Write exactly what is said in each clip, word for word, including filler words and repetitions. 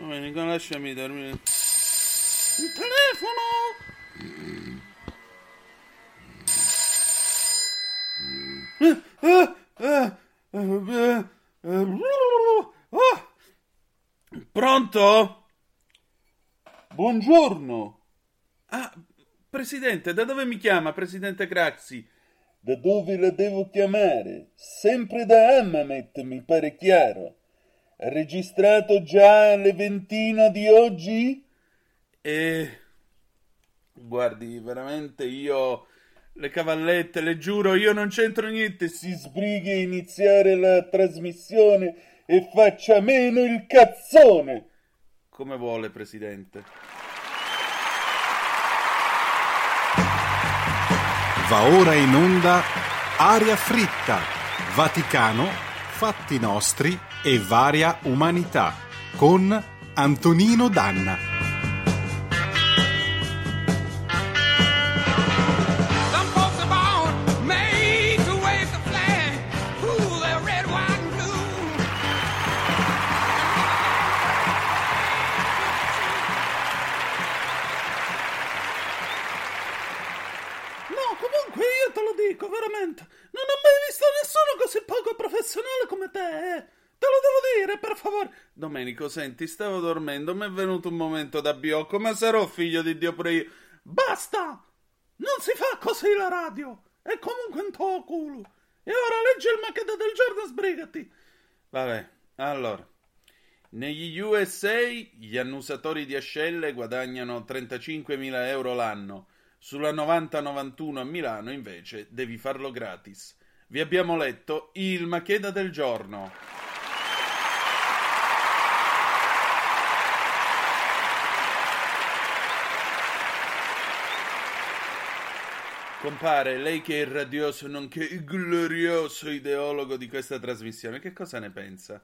Domenico, lasciami dormire. Il telefono! Eh, eh, eh, eh, eh, oh. Pronto? Buongiorno. Ah, Presidente, da dove mi chiama, Presidente Craxi? Da dove la devo chiamare? Sempre da Hammamet, mi pare chiaro. Ha registrato già alle ventine di oggi? E... Guardi, veramente io... Le cavallette, le giuro, io non c'entro niente. Si sbrighi a iniziare la trasmissione e faccia meno il cazzone. Come vuole, Presidente. Va ora in onda Aria fritta, Vaticano, fatti nostri e varia umanità, con Antonino Danna. Veramente, non ho mai visto nessuno così poco professionale come te, eh. Te lo devo dire, per favore. Domenico, senti, stavo dormendo, mi è venuto un momento da biocco, ma sarò figlio di Dio pure io. Basta! Non si fa così la radio, è comunque un tuo culo. E ora leggi il macchetta del giorno, sbrigati. Vabbè, allora. Negli U S A gli annusatori di ascelle guadagnano trentacinquemila euro l'anno. Sulla novanta novantuno a Milano, invece, devi farlo gratis. Vi abbiamo letto il Macheda del giorno. Compare, lei che è il radioso nonché il glorioso ideologo di questa trasmissione, che cosa ne pensa?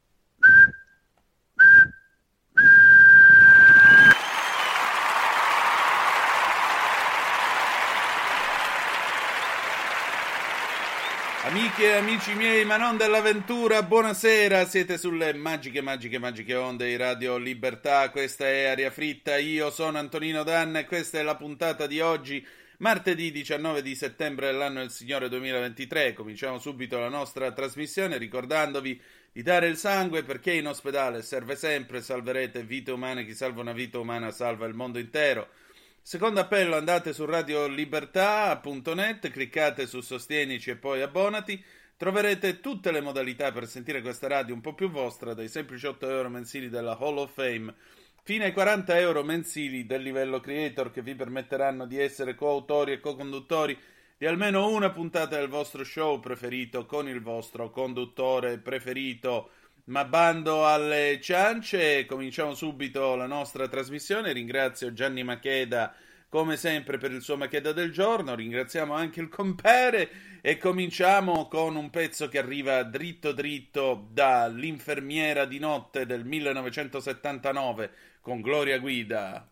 Amiche e amici miei, ma non dell'avventura, buonasera, siete sulle magiche, magiche, magiche onde di Radio Libertà, questa è Aria Fritta, io sono Antonino Danna e questa è la puntata di oggi, martedì diciannove di settembre dell'anno del Signore duemilaventitré. Cominciamo subito la nostra trasmissione ricordandovi di dare il sangue perché in ospedale serve sempre, salverete vite umane, chi salva una vita umana salva il mondo intero. Secondo appello, andate su radio libertà punto net, cliccate su Sostienici e poi abbonati, troverete tutte le modalità per sentire questa radio un po' più vostra, dai semplici otto euro mensili della Hall of Fame fino ai quaranta euro mensili del livello creator, che vi permetteranno di essere coautori e co-conduttori di almeno una puntata del vostro show preferito con il vostro conduttore preferito. Ma bando alle ciance, cominciamo subito la nostra trasmissione. Ringrazio Gianni Macheda come sempre per il suo Macheda del giorno, ringraziamo anche il compere e cominciamo con un pezzo che arriva dritto dritto dall'infermiera di notte del millenovecentosettantanove con Gloria Guida.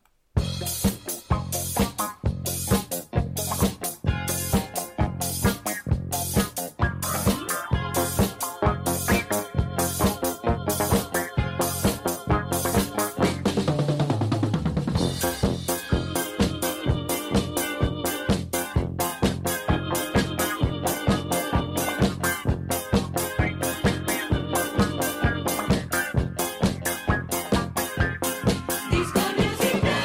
Disco music.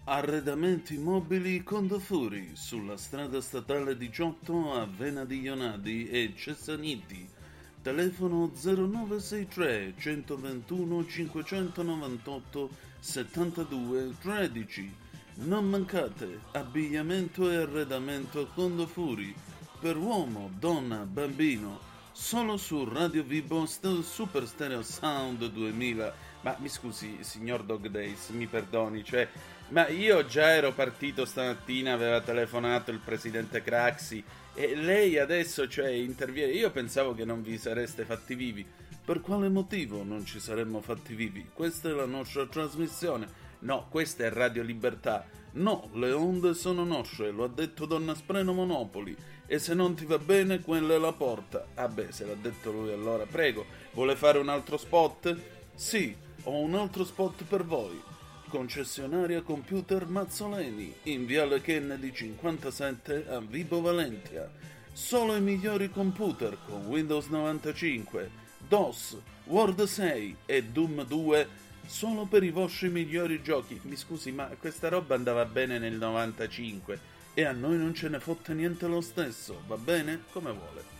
Arredamenti mobili Condofuri sulla strada statale diciotto a Vena di Ionadi e Cessaniti. Telefono zero nove sei tre centoventuno cinquecentonovantotto settantadue tredici. Non mancate, abbigliamento e arredamento Condofuri per uomo, donna, bambino. Solo su Radio Vibo Super Stereo Sound duemila. Ma mi scusi, signor Dog Days, mi perdoni, cioè, ma io già ero partito stamattina, aveva telefonato il presidente Craxi e lei adesso, cioè, interviene. Io pensavo che non vi sareste fatti vivi. Per quale motivo non ci saremmo fatti vivi? Questa è la nostra trasmissione. No, questa è Radio Libertà. No, le onde sono nostre, lo ha detto Donna Spreno Monopoli. E se non ti va bene, quella è la porta. Ah beh, se l'ha detto lui allora, prego. Vuole fare un altro spot? Sì, ho un altro spot per voi. Concessionaria Computer Mazzoleni, in Viale Kennedy cinquantasette a Vibo Valentia. Solo i migliori computer con Windows novantacinque, DOS, Word sei e Doom due, solo per i vostri migliori giochi. Mi scusi, ma questa roba andava bene nel novantacinque e a noi non ce ne fotte niente lo stesso, va bene? Come vuole.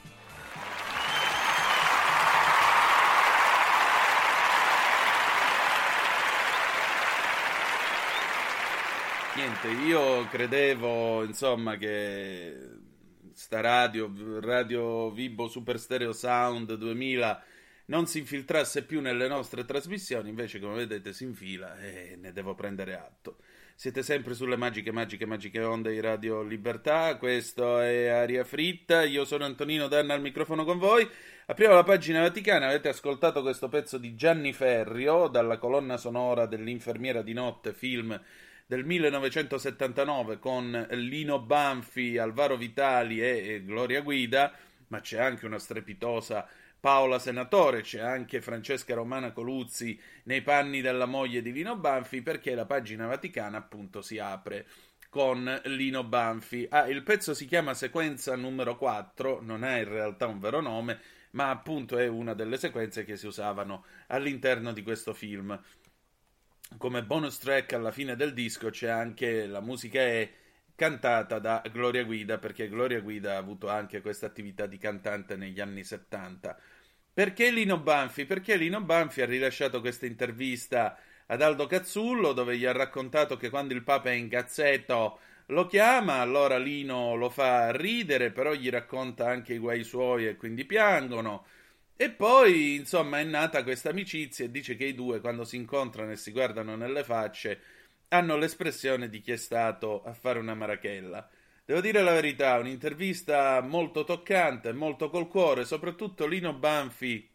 Niente, io credevo, insomma, che sta radio, Radio Vibo Super Stereo Sound duemila non si infiltrasse più nelle nostre trasmissioni, invece come vedete si infila e ne devo prendere atto. Siete sempre sulle magiche, magiche, magiche onde di Radio Libertà, questo è Aria Fritta, io sono Antonino Danna al microfono con voi. Apriamo la pagina vaticana, avete ascoltato questo pezzo di Gianni Ferrio dalla colonna sonora dell'Infermiera di notte, film del millenovecentosettantanove con Lino Banfi, Alvaro Vitali e, e Gloria Guida, ma c'è anche una strepitosa Paola Senatore, c'è anche Francesca Romana Coluzzi nei panni della moglie di Lino Banfi, perché la pagina vaticana appunto si apre con Lino Banfi. Ah, il pezzo si chiama Sequenza numero quattro, non ha in realtà un vero nome, ma appunto è una delle sequenze che si usavano all'interno di questo film. Come bonus track alla fine del disco c'è anche la musica è cantata da Gloria Guida, perché Gloria Guida ha avuto anche questa attività di cantante negli anni settanta. Perché Lino Banfi? Perché Lino Banfi ha rilasciato questa intervista ad Aldo Cazzullo dove gli ha raccontato che quando il Papa è in cazzetto lo chiama, allora Lino lo fa ridere, però gli racconta anche i guai suoi e quindi piangono. E poi, insomma, è nata questa amicizia e dice che i due, quando si incontrano e si guardano nelle facce, hanno l'espressione di chi è stato a fare una marachella. Devo dire la verità, un'intervista molto toccante, molto col cuore, soprattutto Lino Banfi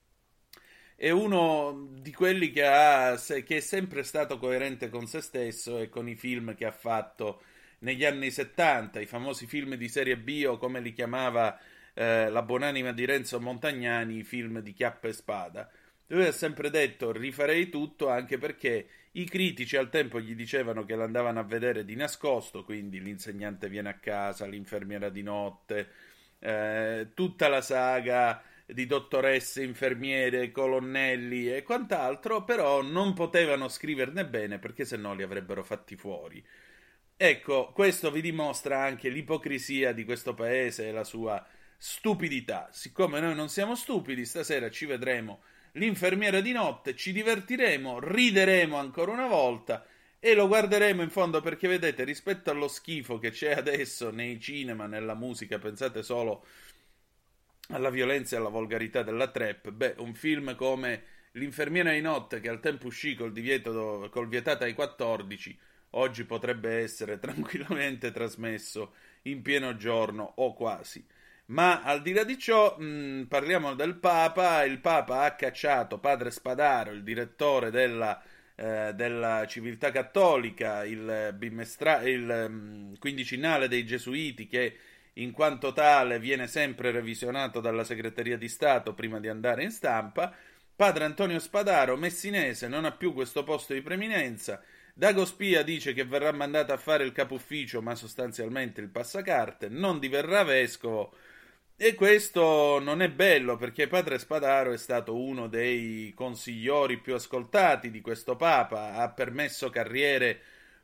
è uno di quelli che, ha, che è sempre stato coerente con se stesso e con i film che ha fatto negli anni settanta, i famosi film di serie B o come li chiamava Eh, la buonanima di Renzo Montagnani, i film di Chiappa e Spada. Lui ha sempre detto rifarei tutto, anche perché i critici al tempo gli dicevano che l'andavano a vedere di nascosto, quindi L'insegnante viene a casa, L'infermiera di notte, eh, tutta la saga di dottoresse, infermiere, colonnelli e quant'altro, però non potevano scriverne bene perché sennò li avrebbero fatti fuori. Ecco, questo vi dimostra anche l'ipocrisia di questo paese e la sua stupidità. Siccome noi non siamo stupidi, stasera ci vedremo L'infermiera di notte, ci divertiremo, rideremo ancora una volta e lo guarderemo in fondo, perché vedete, rispetto allo schifo che c'è adesso nei cinema, nella musica, pensate solo alla violenza e alla volgarità della trap, beh, un film come L'infermiera di notte, che al tempo uscì col divieto, col vietato ai quattordici, oggi potrebbe essere tranquillamente trasmesso in pieno giorno o quasi. Ma al di là di ciò, mh, parliamo del Papa. Il Papa ha cacciato padre Spadaro, il direttore della, eh, della Civiltà Cattolica, il, bimestra- il mh, quindicinale dei Gesuiti, che in quanto tale viene sempre revisionato dalla Segreteria di Stato prima di andare in stampa. Padre Antonio Spadaro, messinese, non ha più questo posto di preeminenza. Dago Spia dice che verrà mandato a fare il capo ufficio, ma sostanzialmente il passacarte, non diverrà vescovo. E questo non è bello, perché padre Spadaro è stato uno dei consigliori più ascoltati di questo Papa, ha permesso carriere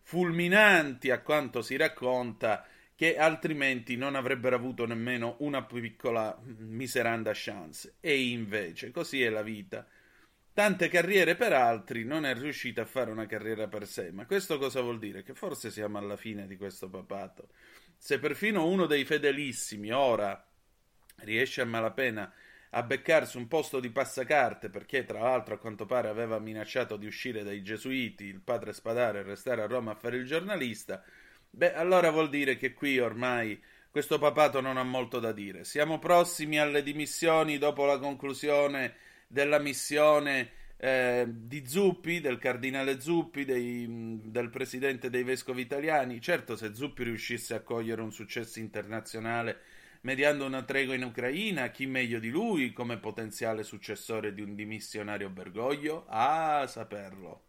fulminanti a quanto si racconta, che altrimenti non avrebbero avuto nemmeno una piccola miseranda chance. E invece così è la vita. Tante carriere per altri, non è riuscita a fare una carriera per sé. Ma questo cosa vuol dire? Che forse siamo alla fine di questo papato. Se perfino uno dei fedelissimi ora riesce a malapena a beccarsi un posto di passacarte, perché tra l'altro a quanto pare aveva minacciato di uscire dai gesuiti il padre Spadaro e restare a Roma a fare il giornalista, beh, allora vuol dire che qui ormai questo papato non ha molto da dire. Siamo prossimi alle dimissioni dopo la conclusione della missione eh, di Zuppi, del cardinale Zuppi, dei, del presidente dei vescovi italiani. Certo, se Zuppi riuscisse a cogliere un successo internazionale mediando una tregua in Ucraina, chi meglio di lui come potenziale successore di un dimissionario Bergoglio? Ah, saperlo.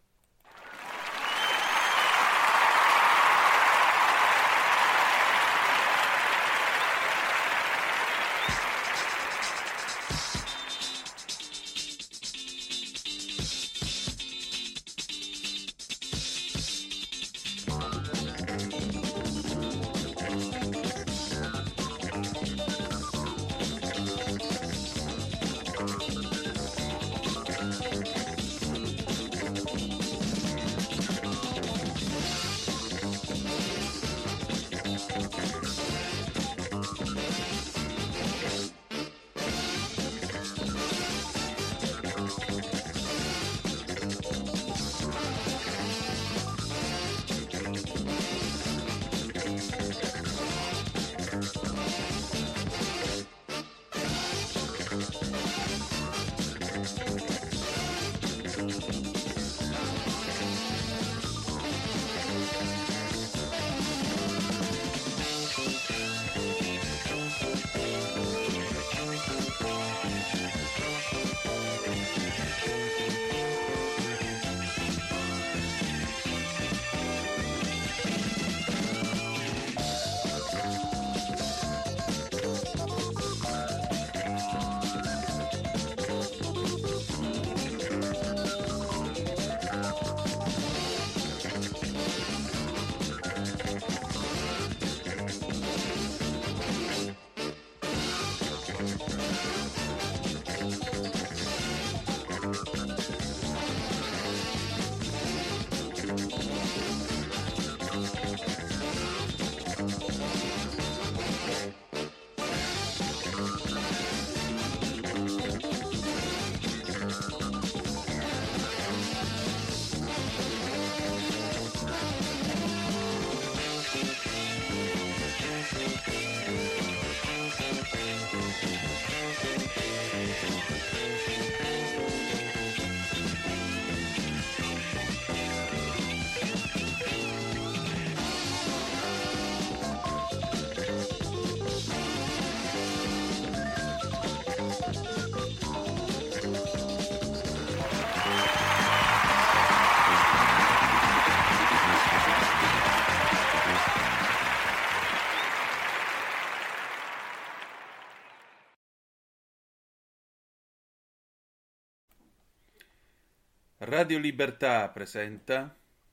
Radio Libertà presenta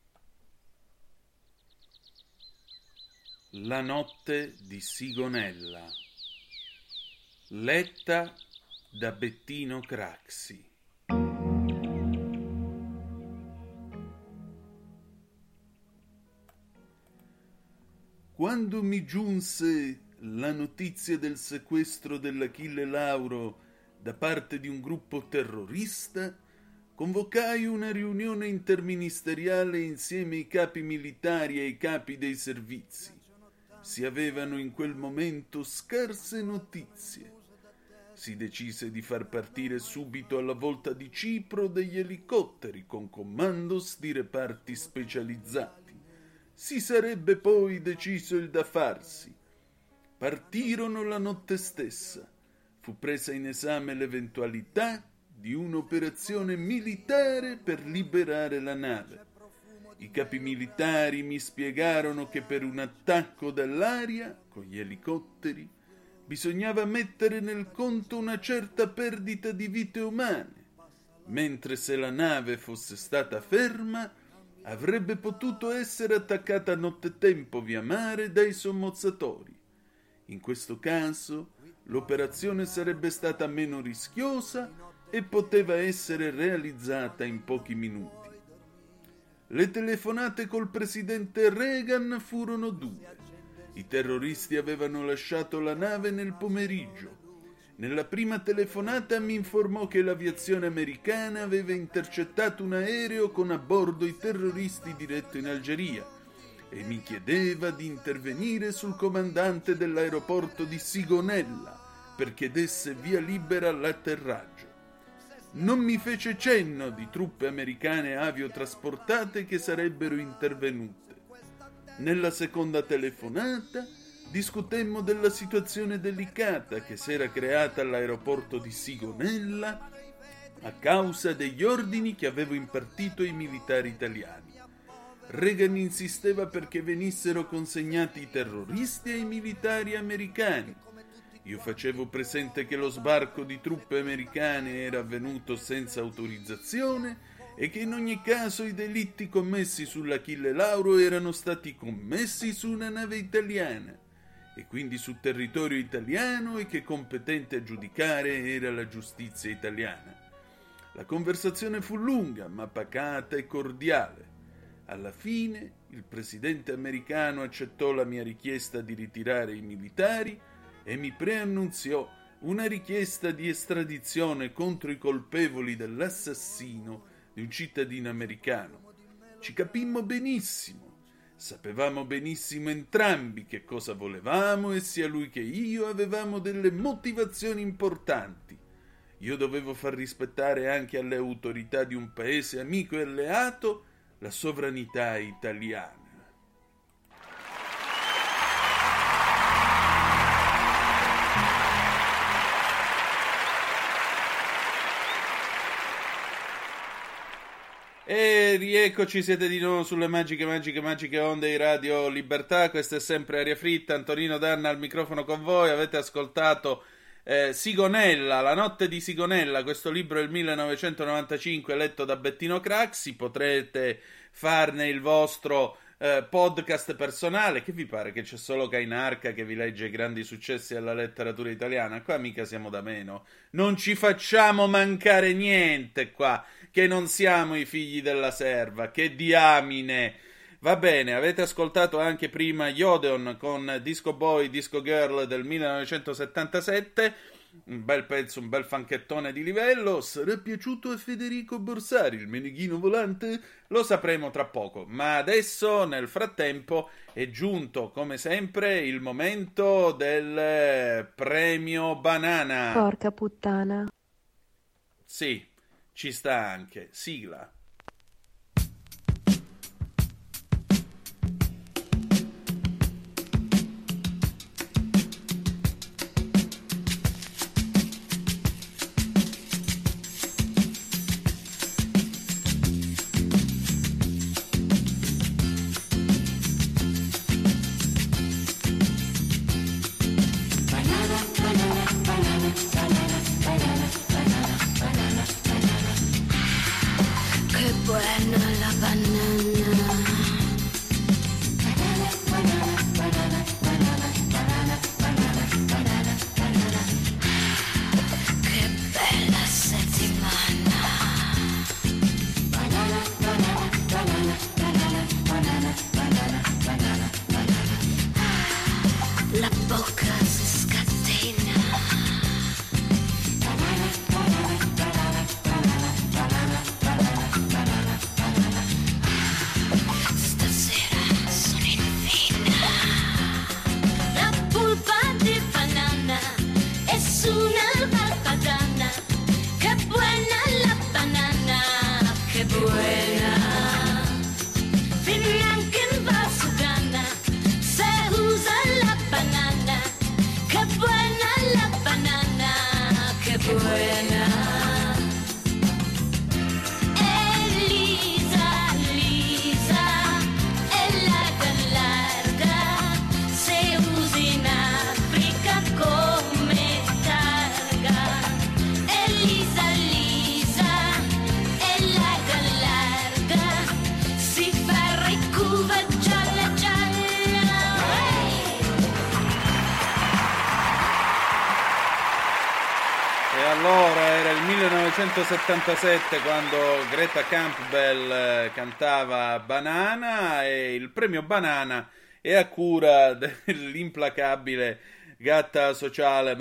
La notte di Sigonella, letta da Bettino Craxi. Quando mi giunse la notizia del sequestro dell'Achille Lauro da parte di un gruppo terrorista, convocai una riunione interministeriale insieme ai capi militari e ai capi dei servizi. Si avevano in quel momento scarse notizie. Si decise di far partire subito alla volta di Cipro degli elicotteri con commandos di reparti specializzati. Si sarebbe poi deciso il da farsi. Partirono la notte stessa. Fu presa in esame l'eventualità di un'operazione militare per liberare la nave. I capi militari mi spiegarono che per un attacco dall'aria, con gli elicotteri, bisognava mettere nel conto una certa perdita di vite umane, mentre se la nave fosse stata ferma, avrebbe potuto essere attaccata nottetempo via mare dai sommozzatori. In questo caso l'operazione sarebbe stata meno rischiosa e poteva essere realizzata in pochi minuti. Le telefonate col presidente Reagan furono due. I terroristi avevano lasciato la nave nel pomeriggio. Nella prima telefonata mi informò che l'aviazione americana aveva intercettato un aereo con a bordo i terroristi diretto in Algeria e mi chiedeva di intervenire sul comandante dell'aeroporto di Sigonella perché desse via libera all'atterraggio. Non mi fece cenno di truppe americane aviotrasportate che sarebbero intervenute. Nella seconda telefonata discutemmo della situazione delicata che si era creata all'aeroporto di Sigonella a causa degli ordini che avevo impartito ai militari italiani. Reagan insisteva perché venissero consegnati i terroristi ai militari americani. Io facevo presente che lo sbarco di truppe americane era avvenuto senza autorizzazione e che in ogni caso i delitti commessi sull'Achille Lauro erano stati commessi su una nave italiana e quindi su territorio italiano e che competente a giudicare era la giustizia italiana. La conversazione fu lunga, ma pacata e cordiale. Alla fine il presidente americano accettò la mia richiesta di ritirare i militari e mi preannunziò una richiesta di estradizione contro i colpevoli dell'assassino di un cittadino americano. Ci capimmo benissimo. Sapevamo benissimo entrambi che cosa volevamo e sia lui che io avevamo delle motivazioni importanti. Io dovevo far rispettare anche alle autorità di un paese amico e alleato la sovranità italiana. E rieccoci, siete di nuovo sulle magiche, magiche, magiche onde di Radio Libertà. Questa è sempre Aria Fritta, Antonino Danna al microfono con voi. Avete ascoltato eh, Sigonella, La notte di Sigonella, questo libro del millenovecentonovantacinque letto da Bettino Craxi. Potrete farne il vostro eh, podcast personale. Che vi pare che c'è solo Cainarca che vi legge i grandi successi della letteratura italiana? Qua mica siamo da meno, non ci facciamo mancare niente qua, che non siamo i figli della serva, che diamine. Va bene, avete ascoltato anche prima gli Odeon con Disco Boy, Disco Girl del millenovecentosettantasette, un bel pezzo, un bel fanchettone di livello. Sarà piaciuto a Federico Borsari il meneghino volante? Lo sapremo tra poco, ma adesso, nel frattempo, è giunto, come sempre, il momento del premio Banana. Porca puttana. Sì, ci sta anche. Sigla. Che allora era il millenovecentosettantasette quando Greta Campbell cantava Banana, e il premio Banana è a cura dell'implacabile gatta sociale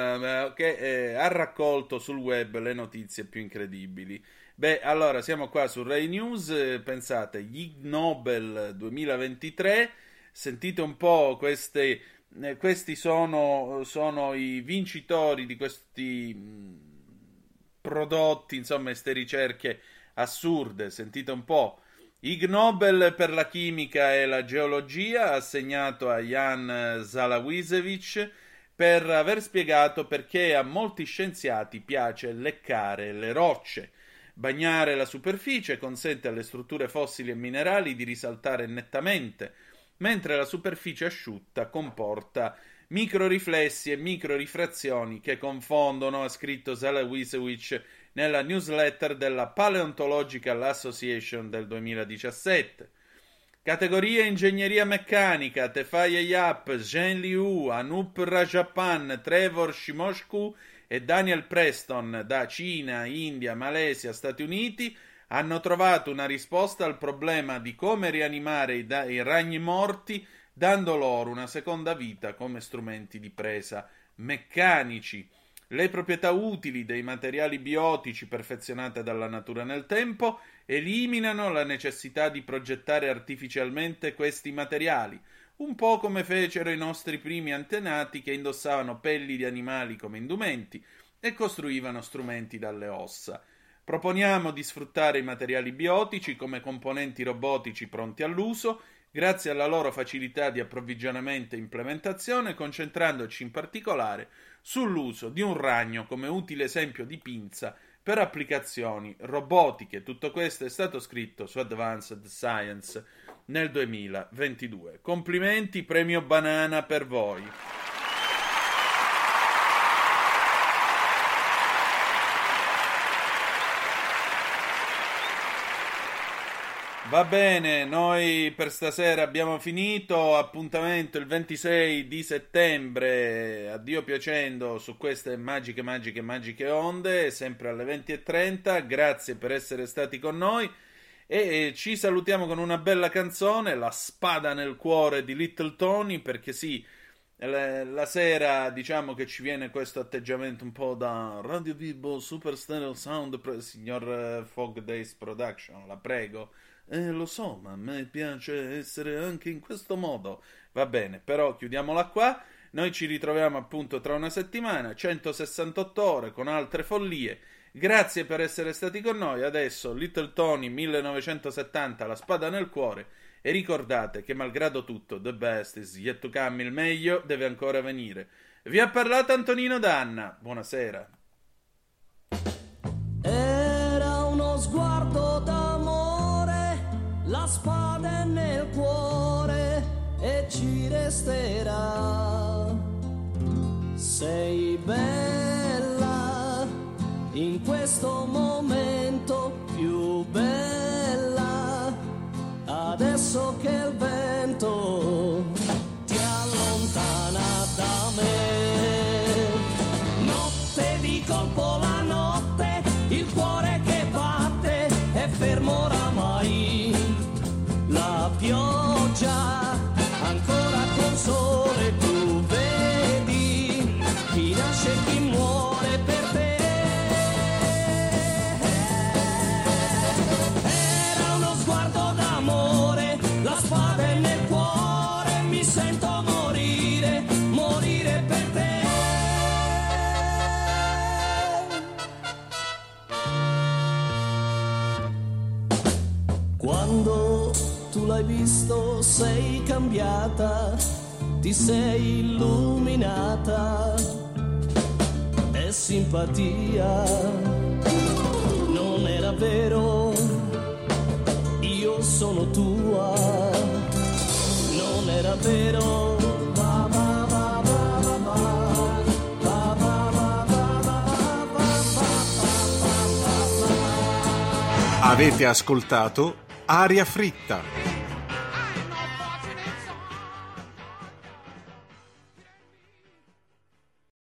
che ha raccolto sul web le notizie più incredibili. Beh, allora siamo qua su Rai News, pensate, gli Ig Nobel duemilaventitré, sentite un po' queste... Questi sono, sono i vincitori di questi prodotti, insomma, queste ricerche assurde. Sentite un po'. Ig Nobel per la chimica e la geologia, assegnato a Jan Zalawisevich per aver spiegato perché a molti scienziati piace leccare le rocce. Bagnare la superficie consente alle strutture fossili e minerali di risaltare nettamente, mentre la superficie asciutta comporta microriflessi e microrifrazioni che confondono, ha scritto Zalawisevich nella newsletter della Paleontological Association del duemiladiciassette. Categorie ingegneria meccanica: Tefai Yap, Zhen Liu, Anup Rajapan, Trevor Shimoshku e Daniel Preston da Cina, India, Malesia, Stati Uniti hanno trovato una risposta al problema di come rianimare i, da- i ragni morti dando loro una seconda vita come strumenti di presa meccanici. Le proprietà utili dei materiali biotici perfezionate dalla natura nel tempo eliminano la necessità di progettare artificialmente questi materiali, un po' come fecero i nostri primi antenati che indossavano pelli di animali come indumenti e costruivano strumenti dalle ossa. Proponiamo di sfruttare i materiali biotici come componenti robotici pronti all'uso, grazie alla loro facilità di approvvigionamento e implementazione, concentrandoci in particolare sull'uso di un ragno come utile esempio di pinza per applicazioni robotiche. Tutto questo è stato scritto su Advanced Science nel duemilaventidue. Complimenti, premio Banana per voi. Va bene, noi per stasera abbiamo finito, appuntamento il ventisei di settembre, addio piacendo, su queste magiche, magiche, magiche onde, sempre alle venti e trenta, grazie per essere stati con noi e ci salutiamo con una bella canzone, La spada nel cuore di Little Tony, perché sì, la sera diciamo che ci viene questo atteggiamento un po' da Radio Vibo, Super Stereo Sound, signor Fog Days Production, la prego. Eh, lo so, ma a me piace essere anche in questo modo. Va bene, però chiudiamola qua. Noi ci ritroviamo appunto tra una settimana, centosessantotto ore con altre follie. Grazie per essere stati con noi. Adesso Little Tony millenovecentosettanta, La spada nel cuore. E ricordate che malgrado tutto, the best is yet to come, il meglio deve ancora venire. Vi ha parlato Antonino Danna. Buonasera. Era uno sguardo d'amore, la spada è nel cuore e ci resterà. Sei bella in questo momento, più bella adesso che il vento ti allontana da me. Notte di colpo la notte, il cuore che batte è fermo oramai. La pioggia ancora col sole, tu vedi chi nasce e chi muore per te. Era uno sguardo d'amore, la spada è nel cuore, mi sento morire, morire per te. Quando tu l'hai visto sei cambiata, ti sei illuminata, è simpatia, non era vero, io sono tua, non era vero. Va, va, va, va, va, va. Va, va, va, va, va, va, va, va, va. Avete ascoltato Aria Fritta.